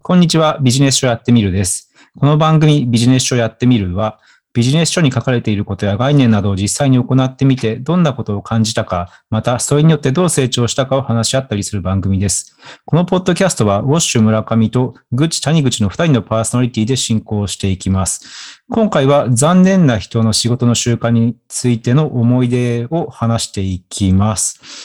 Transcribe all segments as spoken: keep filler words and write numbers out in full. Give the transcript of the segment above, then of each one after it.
こんにちは。ビジネス書やってみるです。この番組ビジネス書やってみるは、ビジネス書に書かれていることや概念などを実際に行ってみて、どんなことを感じたか、またそれによってどう成長したかを話し合ったりする番組です。このポッドキャストは、ウォッシュ村上とグッチ谷口のふたりのパーソナリティで進行していきます。今回は残念な人の仕事の習慣についての思い出を話していきます。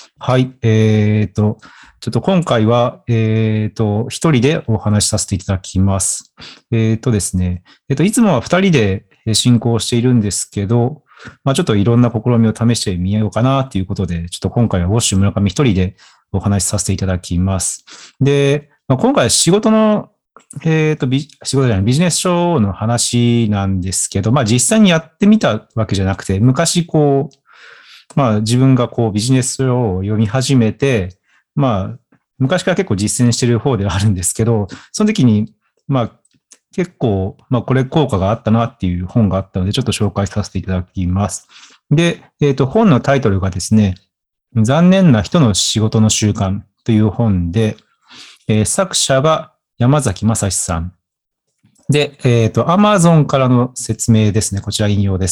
はい。えーと、ちょっと今回は、えっと、一人でお話しさせていただきます。えっとですね、えっと、いつもは二人で進行しているんですけど、まあちょっといろんな試みを試してみようかなということで、ちょっと今回はウォッシュ村上一人でお話しさせていただきます。で、まあ、今回は仕事の、えっと、ビ仕事じゃない、ビジネス書の話なんですけど、まあ実際にやってみたわけじゃなくて、昔こう、まあ自分がこうビジネス書を読み始めて、まあ昔から結構実践してる方ではあるんですけど、その時に、まあ結構、まあこれ効果があったなっていう本があったので、ちょっと紹介させていただきます。で、えっと、本のタイトルがですね、残念な人の仕事の習慣という本で、えー作者が山崎正史さん。で、えっと、Amazon からの説明ですね。こちら引用です。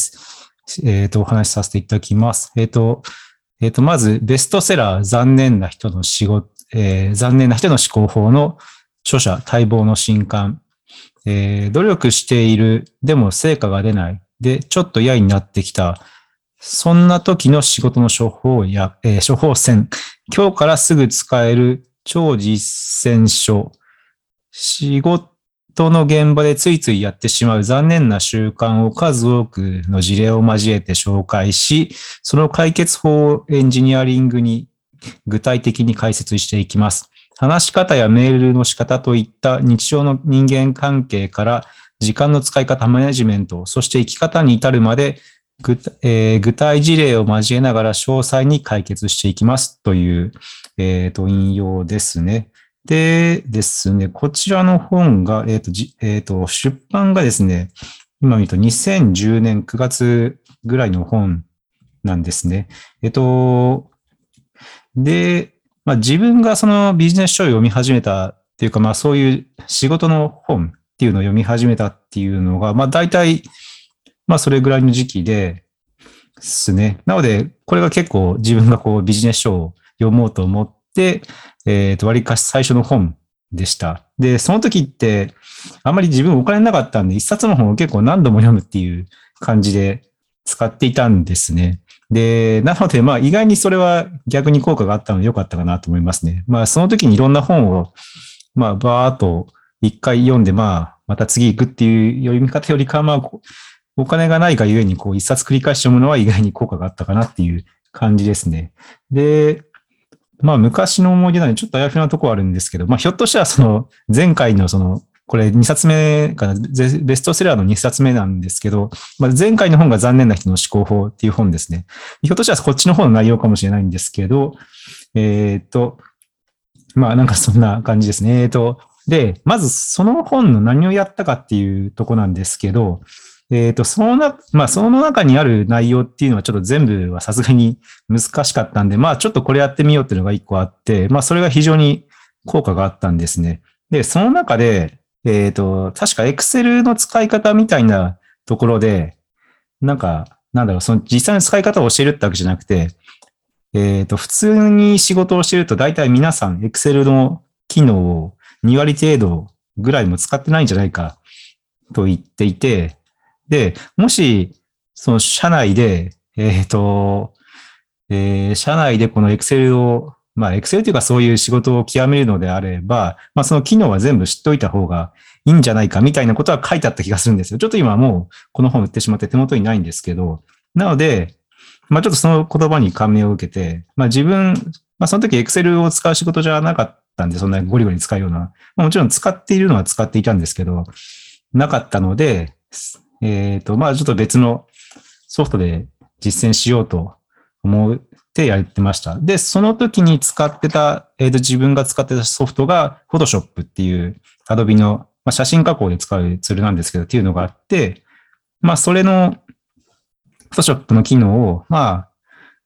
えっと、お話しさせていただきます。えっと、えっと、まず、ベストセラー、残念な人の仕事、えー残念な人の思考法の著者、待望の新刊。えー努力している、でも成果が出ない。で、ちょっと嫌になってきた。そんな時の仕事の処方や、えー処方箋。今日からすぐ使える超実践書。仕事の現場でついついやってしまう残念な習慣を数多くの事例を交えて紹介し、その解決法をエンジニアリングに具体的に解説していきます。話し方やメールの仕方といった日常の人間関係から時間の使い方、マネジメント、そして生き方に至るまで具,、えー具体事例を交えながら詳細に解決していきますという、えーと引用ですね。でですね、こちらの本が、えっ、と、じえっ、と、出版がですね、今見るとにせんじゅうねんくがつぐらいの本なんですね。えっ、と、で、まあ自分がそのビジネス書を読み始めたっていうか、まあそういう仕事の本っていうのを読み始めたっていうのが、まあ大体、まあそれぐらいの時期ですね。なので、これが結構自分がこうビジネス書を読もうと思って、えっ、と、割かし最初の本でした。で、その時って、あんまり自分お金なかったんで、一冊の本を結構何度も読むっていう感じで使っていたんですね。で、なので、まあ意外にそれは逆に効果があったので良かったかなと思いますね。まあその時にいろんな本を、まあバーっと一回読んで、まあまた次行くっていう読み方よりかは、まあお金がないがゆえにこう一冊繰り返し読むのは意外に効果があったかなっていう感じですね。で、まあ昔の思い出なのでちょっとあやふやなところあるんですけど、まあひょっとしたらその前回のその、これにさつめかな、ゼベストセラーのにさつめなんですけど、まあ、前回の本が残念な人の思考法っていう本ですね。ひょっとしたらこっちの方の内容かもしれないんですけど、えっと、まあなんかそんな感じですね。えっと、で、まずその本の何をやったかっていうとこなんですけど、えっと、そのな、まあその中にある内容っていうのはちょっと全部はさすがに難しかったんで、まあちょっとこれやってみようっていうのが一個あって、まあそれが非常に効果があったんですね。で、その中で、えっと、確か Excel の使い方みたいなところで、なんか、なんだろう、その実際の使い方を教えるってわけじゃなくて、えっと、普通に仕事をしてると大体皆さん Excel の機能をに割程度ぐらいも使ってないんじゃないかと言っていて、で、もし、その社内で、えっと、えー社内でこの Excel を、まあ Excel というかそういう仕事を極めるのであれば、まあその機能は全部知っておいた方がいいんじゃないかみたいなことは書いてあった気がするんですよ。ちょっと今はもうこの本売ってしまって手元にないんですけど、なので、まあちょっとその言葉に感銘を受けて、まあ自分、まあその時 Excel を使う仕事じゃなかったんで、そんなゴリゴリ使うような、まあ、もちろん使っているのは使っていたんですけど、なかったので、えっと、まあちょっと別のソフトで実践しようと思ってやってました。で、その時に使ってた、えっと、自分が使ってたソフトが Photoshop っていう Adobe の、まあ、写真加工で使うツールなんですけど、っていうのがあって、まあそれの Photoshop の機能を、まあ、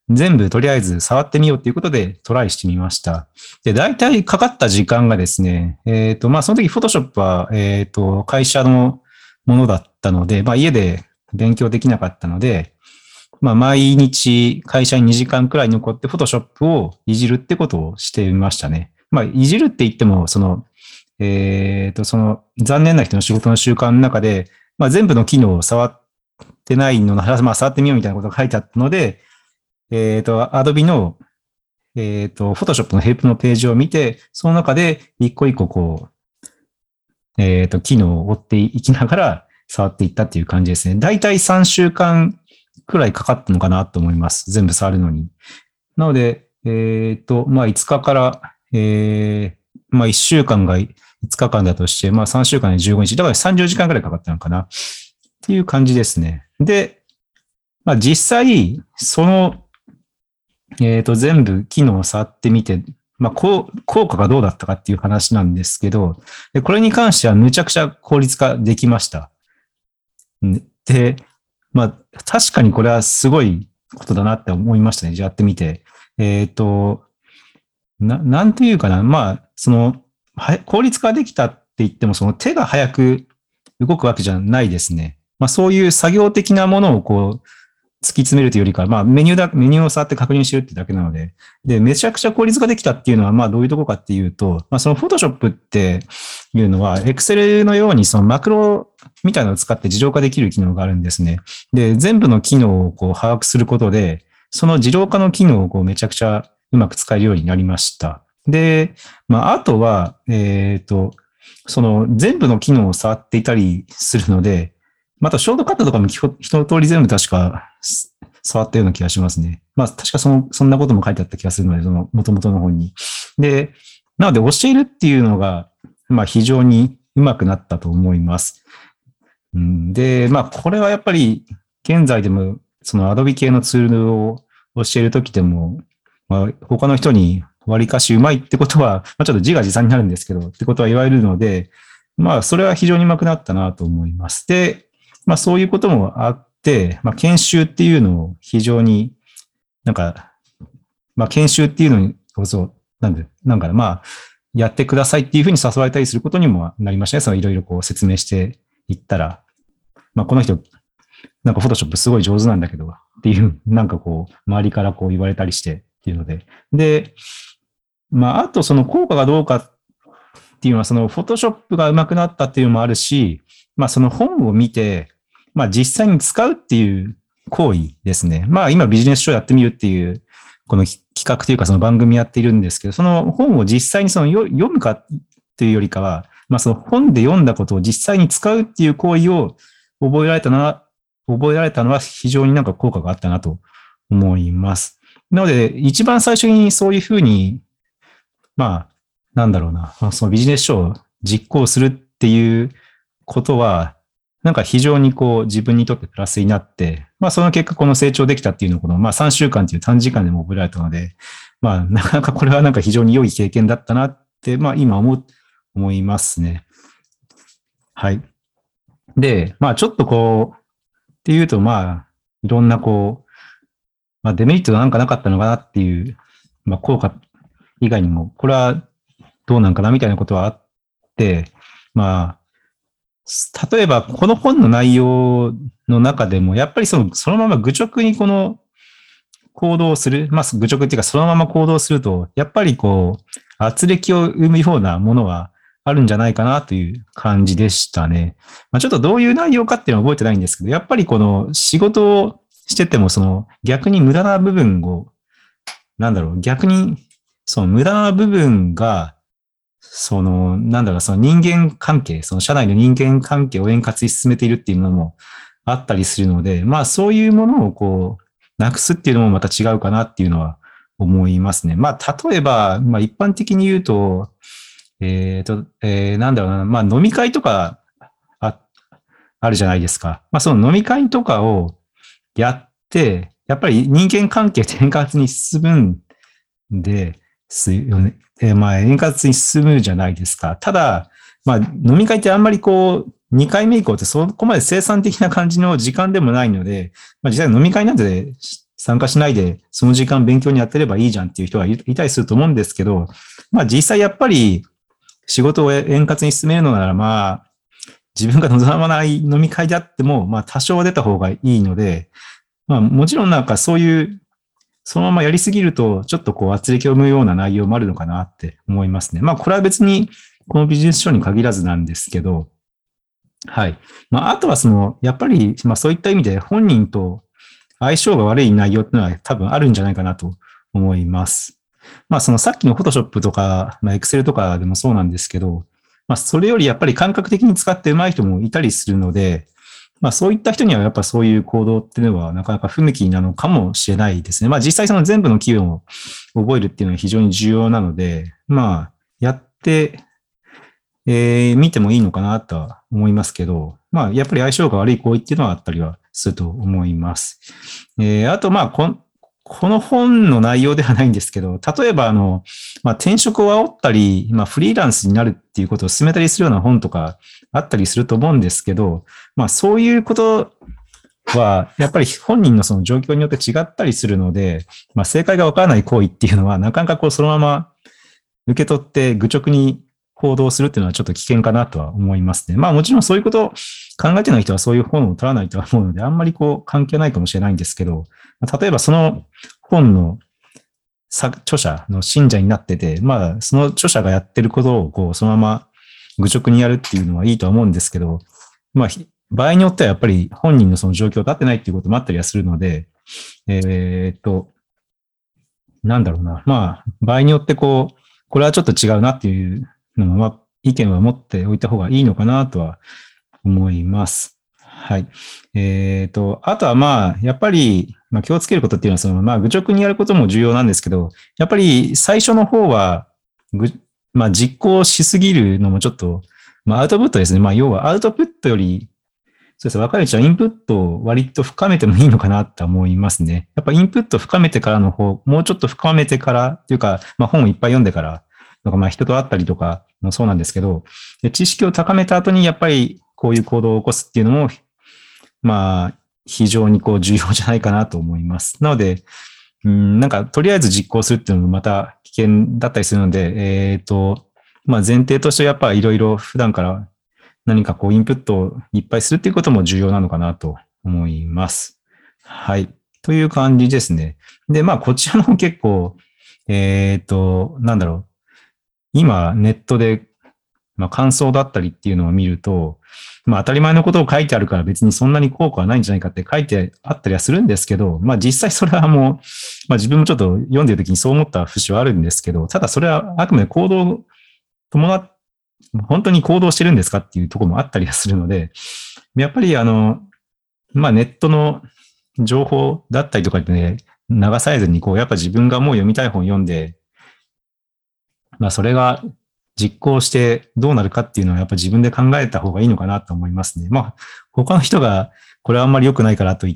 全部とりあえず触ってみようということでトライしてみました。で、大体かかった時間がですね、えっ、と、まあ、その時 Photoshop は、えっ、と、会社のものだったので、まあ、家で勉強できなかったので、まあ、毎日会社ににじかんくらい残って Photoshop をいじるってことをしてみましたね。まあ、いじるって言っても、その、えっ、と、その残念な人の仕事の習慣の中で、まあ、全部の機能を触ってないのなら、まあ、触ってみようみたいなことが書いてあったので、えっ、と、Adobe の、えっ、と、Photoshop のヘルプのページを見て、その中で一個一個こう、えっ、と、機能を追っていきながら触っていったっていう感じですね。だいたいさんしゅうかんくらいかかったのかなと思います。全部触るのに。なので、えっ、と、まあ、いつかから、えー、まあ、いっしゅうかんがいつかかんだとして、まあ、さんしゅうかんでじゅうごにち。だからさんじゅうじかんくらいかかったのかな。っていう感じですね。で、まあ、実際、その、えっ、と、全部機能を触ってみて、まあ、こう、効果がどうだったかっていう話なんですけど、でこれに関してはむちゃくちゃ効率化できました。で、まあ、確かにこれはすごいことだなって思いましたね。やってみて。えっ、と、な、なんというかな。まあ、その、は効率化できたって言っても、その手が早く動くわけじゃないですね。まあ、そういう作業的なものをこう、突き詰めるというよりかは、まあ、メニューだ、メニューを触って確認してるってだけなので、で、めちゃくちゃ効率化できたっていうのは、まあ、どういうところかっていうと、まあ、その Photoshop っていうのは、Excel のようにそのマクロみたいなのを使って自動化できる機能があるんですね。で、全部の機能をこう把握することで、その自動化の機能をこうめちゃくちゃうまく使えるようになりました。で、まあ、あとは、えっと、その全部の機能を触っていたりするので、またショートカットとかも一通り全部確か触ったような気がしますね。まあ確かその、そんなことも書いてあった気がするので、その元々の本に。で、なので教えるっていうのが、まあ非常に上手くなったと思います。で、まあこれはやっぱり現在でもその Adobe 系のツールを教えるときでも、まあ、他の人に割かし上手いってことは、まあ、ちょっと自画自賛になるんですけど、ってことは言われるので、まあそれは非常に上手くなったなと思います。で、まあそういうこともあって、まあ研修っていうのを非常になんか、まあ研修っていうのにこそ、なんで、なんかまあ、やってくださいっていうふうに誘われたりすることにもなりましたね。そのいろいろこう説明していったら、まあこの人、なんかフォトショップすごい上手なんだけど、っていう、なんかこう、周りからこう言われたりしてっていうので。で、まああとその効果がどうかっていうのは、そのフォトショップが上手くなったっていうのもあるし、まあその本を見て、まあ実際に使うっていう行為ですね。まあ今ビジネス書やってみるっていう、この企画というかその番組やっているんですけど、その本を実際にその読むかっていうよりかは、まあその本で読んだことを実際に使うっていう行為を覚えられたのは、覚えられたのは非常になんか効果があったなと思います。なので一番最初にそういうふうに、まあなんだろうな、そのビジネス書を実行するっていうことは、なんか非常にこう自分にとってプラスになって、まあその結果この成長できたっていうのをこのまあさんしゅうかんという短時間でも覚えられたので、まあなかなかこれはなんか非常に良い経験だったなって、まあ今思う、思いますね。はい。で、まあちょっとこう、っていうとまあいろんなこう、まあデメリットがなんかなかったのかなっていう、まあ効果以外にも、これはどうなんかなみたいなことはあって、まあ、例えばこの本の内容の中でも、やっぱりその、そのまま愚直にこの行動をする、まあ愚直っていうかそのまま行動すると、やっぱりこう、圧力を生むようなものはあるんじゃないかなという感じでしたね。まあちょっとどういう内容かっていうのは覚えてないんですけど、やっぱりこの仕事をしててもその逆に無駄な部分を、なんだろう、逆にその無駄な部分が、その、なんだろう、その人間関係、その社内の人間関係を円滑に進めているっていうのもあったりするので、まあそういうものをこう、なくすっていうのもまた違うかなっていうのは思いますね。まあ例えば、まあ一般的に言うと、えっと、えー、なんだろうな、まあ飲み会とかあ、あるじゃないですか。まあその飲み会とかをやって、やっぱり人間関係って円滑に進むんですよね。えー、まあ円滑に進むじゃないですか。ただ、まあ飲み会ってあんまりこう、にかいめ以降ってそこまで生産的な感じの時間でもないので、まあ実際飲み会なんて参加しないで、その時間勉強に当てればいいじゃんっていう人がいたりすると思うんですけど、まあ実際やっぱり仕事を円滑に進めるのなら、まあ、自分が望まない飲み会であっても、まあ多少は出た方がいいので、まあもちろんなんかそういう、そのままやりすぎると、ちょっとこう圧力を生むような内容もあるのかなって思いますね。まあこれは別にこのビジネス書に限らずなんですけど、はい。まああとはその、やっぱり、まあそういった意味で本人と相性が悪い内容っていうのは多分あるんじゃないかなと思います。まあそのさっきの Photoshop とか、まあ Excel とかでもそうなんですけど、まあそれよりやっぱり感覚的に使って上手い人もいたりするので、まあそういった人にはやっぱそういう行動っていうのはなかなか不向きなのかもしれないですね。まあ実際その全部の機能を覚えるっていうのは非常に重要なので、まあやって、えー、見てもいいのかなとは思いますけど、まあやっぱり相性が悪い行為っていうのはあったりはすると思います。えー、あとまあこんこの本の内容ではないんですけど、例えばあの、まあ、転職を煽ったり、まあ、フリーランスになるっていうことを進めたりするような本とかあったりすると思うんですけど、まあ、そういうことは、やっぱり本人のその状況によって違ったりするので、まあ、正解がわからない行為っていうのは、なかなかこうそのまま受け取って愚直に行動するっていうのはちょっと危険かなとは思いますね。まあもちろんそういうことを考えてない人はそういう本を取らないとは思うので、あんまりこう関係ないかもしれないんですけど、例えばその本の著者の信者になってて、まあその著者がやってることをこうそのまま愚直にやるっていうのはいいとは思うんですけど、まあ場合によってはやっぱり本人のその状況を立ってないっていうこともあったりはするので、えー、っと、なんだろうな。まあ場合によってこう、これはちょっと違うなっていうのも、まあ、意見は持っておいた方がいいのかなとは思います。はい。えっ、ー、と、あとはまあ、やっぱり、まあ、気をつけることっていうのは、その、まあ、愚直にやることも重要なんですけど、やっぱり最初の方は、ぐ、まあ、実行しすぎるのもちょっと、まあ、アウトプットですね。まあ、要はアウトプットより、そうですね。若いうちはインプットを割と深めてもいいのかなと思いますね。やっぱインプット深めてからの方、もうちょっと深めてからっていうか、まあ本をいっぱい読んでから、とかまあ人と会ったりとかもそうなんですけど、知識を高めた後にやっぱりこういう行動を起こすっていうのも、まあ非常にこう重要じゃないかなと思います。なので、うん、なんかとりあえず実行するっていうのもまた危険だったりするので、えっ、ー、と、まあ前提としてやっぱいろいろ普段から何かこうインプットをいっぱいするっていうことも重要なのかなと思います。はい。という感じですね。で、まあこちらの結構、えっ、ー、と、なんだろう。今ネットで、まあ、感想だったりっていうのを見ると、まあ当たり前のことを書いてあるから別にそんなに効果はないんじゃないかって書いてあったりはするんですけど、まあ実際それはもう、まあ自分もちょっと読んでる時にそう思った節はあるんですけど、ただそれはあくまで行動を伴っ本当に行動してるんですかっていうところもあったりはするので、やっぱりあの、まあネットの情報だったりとかでね、流されずにこう、やっぱ自分がもう読みたい本読んで、まあそれが実行してどうなるかっていうのはやっぱ自分で考えた方がいいのかなと思いますね。まあ他の人がこれはあんまり良くないからといって、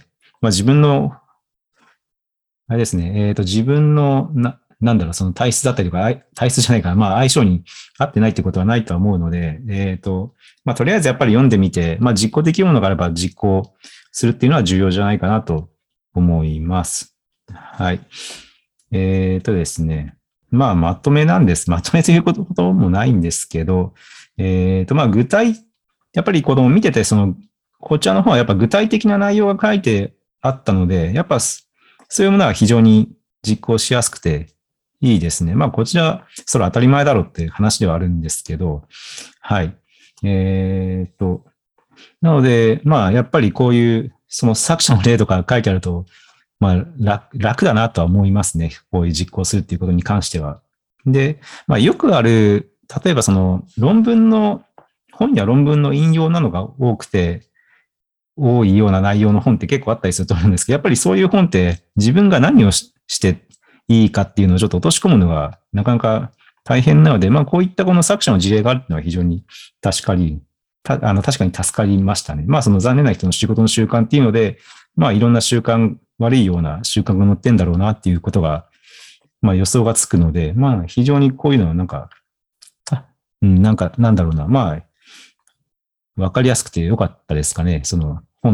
まあ自分の、あれですね、えっ、ー、と自分のな、なんだろう、その体質だったりとか、体質じゃないから、まあ相性に合ってないってことはないとは思うので、えっ、ー、と、まあとりあえずやっぱり読んでみて、まあ実行できるものがあれば実行するっていうのは重要じゃないかなと思います。はい。えっ、ー、とですね。まあまとめなんです。まとめということもないんですけど、えっ、ー、とまあ具体、やっぱりこの見てて、その、こちらの方はやっぱ具体的な内容が書いてあったので、やっぱそういうものは非常に実行しやすくていいですね。まあこちら、それ当たり前だろうっていう話ではあるんですけど、はい。えっ、ー、と、なので、まあやっぱりこういう、その作者の例とか書いてあると、まあ楽、楽だなとは思いますね。こういう実行するっていうことに関しては。で、まあよくある、例えばその論文の、本や論文の引用なのが多くて、多いような内容の本って結構あったりすると思うんですけど、やっぱりそういう本って自分が何をししていいかっていうのをちょっと落とし込むのがなかなか大変なので、まあこういったこの作者の事例があるのは非常に確かに、たあの確かに助かりましたね。まあその残念な人の仕事の習慣っていうので、まあいろんな習慣、悪いような習慣が載ってんだろうなっていうことが、まあ予想がつくので、まあ非常にこういうのはなんか、うん、なんか、なんだろうな、まあ、わかりやすくてよかったですかね。その本の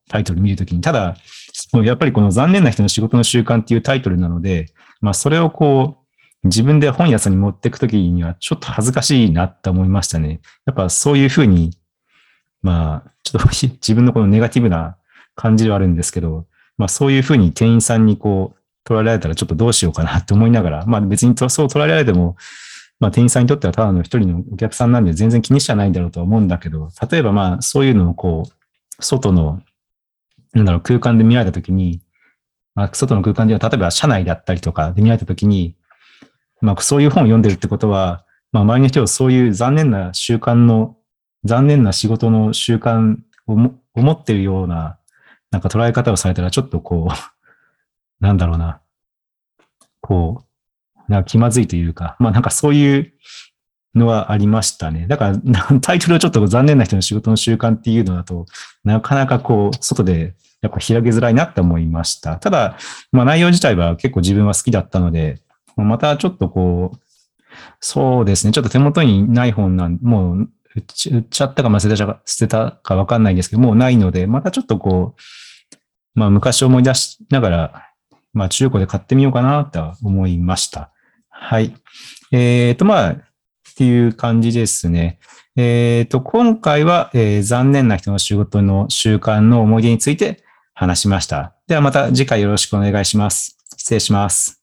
タイトル見るときに。ただ、やっぱりこの残念な人の仕事の習慣っていうタイトルなので、まあそれをこう、自分で本屋さんに持っていくときにはちょっと恥ずかしいなって思いましたね。やっぱそういうふうに、まあ、ちょっと自分のこのネガティブな感じではあるんですけど、まあそういうふうに店員さんにこう、取られたらちょっとどうしようかなって思いながら、まあ別にそう取られられても、まあ店員さんにとってはただの一人のお客さんなんで全然気にしちゃないんだろうとは思うんだけど、例えばまあそういうのをこう、外の、なんだろう、空間で見られたときに、まあ外の空間では例えば社内だったりとかで見られたときに、まあそういう本を読んでるってことは、まあ周りの人はそういう残念な習慣の、残念な仕事の習慣をも思ってるような、なんか捉え方をされたらちょっとこう、なんだろうな、こう、なんか気まずいというか、まあなんかそういうのはありましたね。だからタイトルはちょっと残念な人の仕事の習慣っていうのだと、なかなかこう、外でやっぱ開けづらいなって思いました。ただ、まあ内容自体は結構自分は好きだったので、またちょっとこう、そうですね、ちょっと手元にない本なん、もう売っち売っちゃったか、まあ捨てたか、捨てたかわかんないですけど、もうないので、またちょっとこう、まあ昔を思い出しながら、まあ中古で買ってみようかなと思いました。はい。えっ、と、まあ、っていう感じですね。えっ、と、今回は、えー残念な人の仕事の習慣の思い出について話しました。ではまた次回よろしくお願いします。失礼します。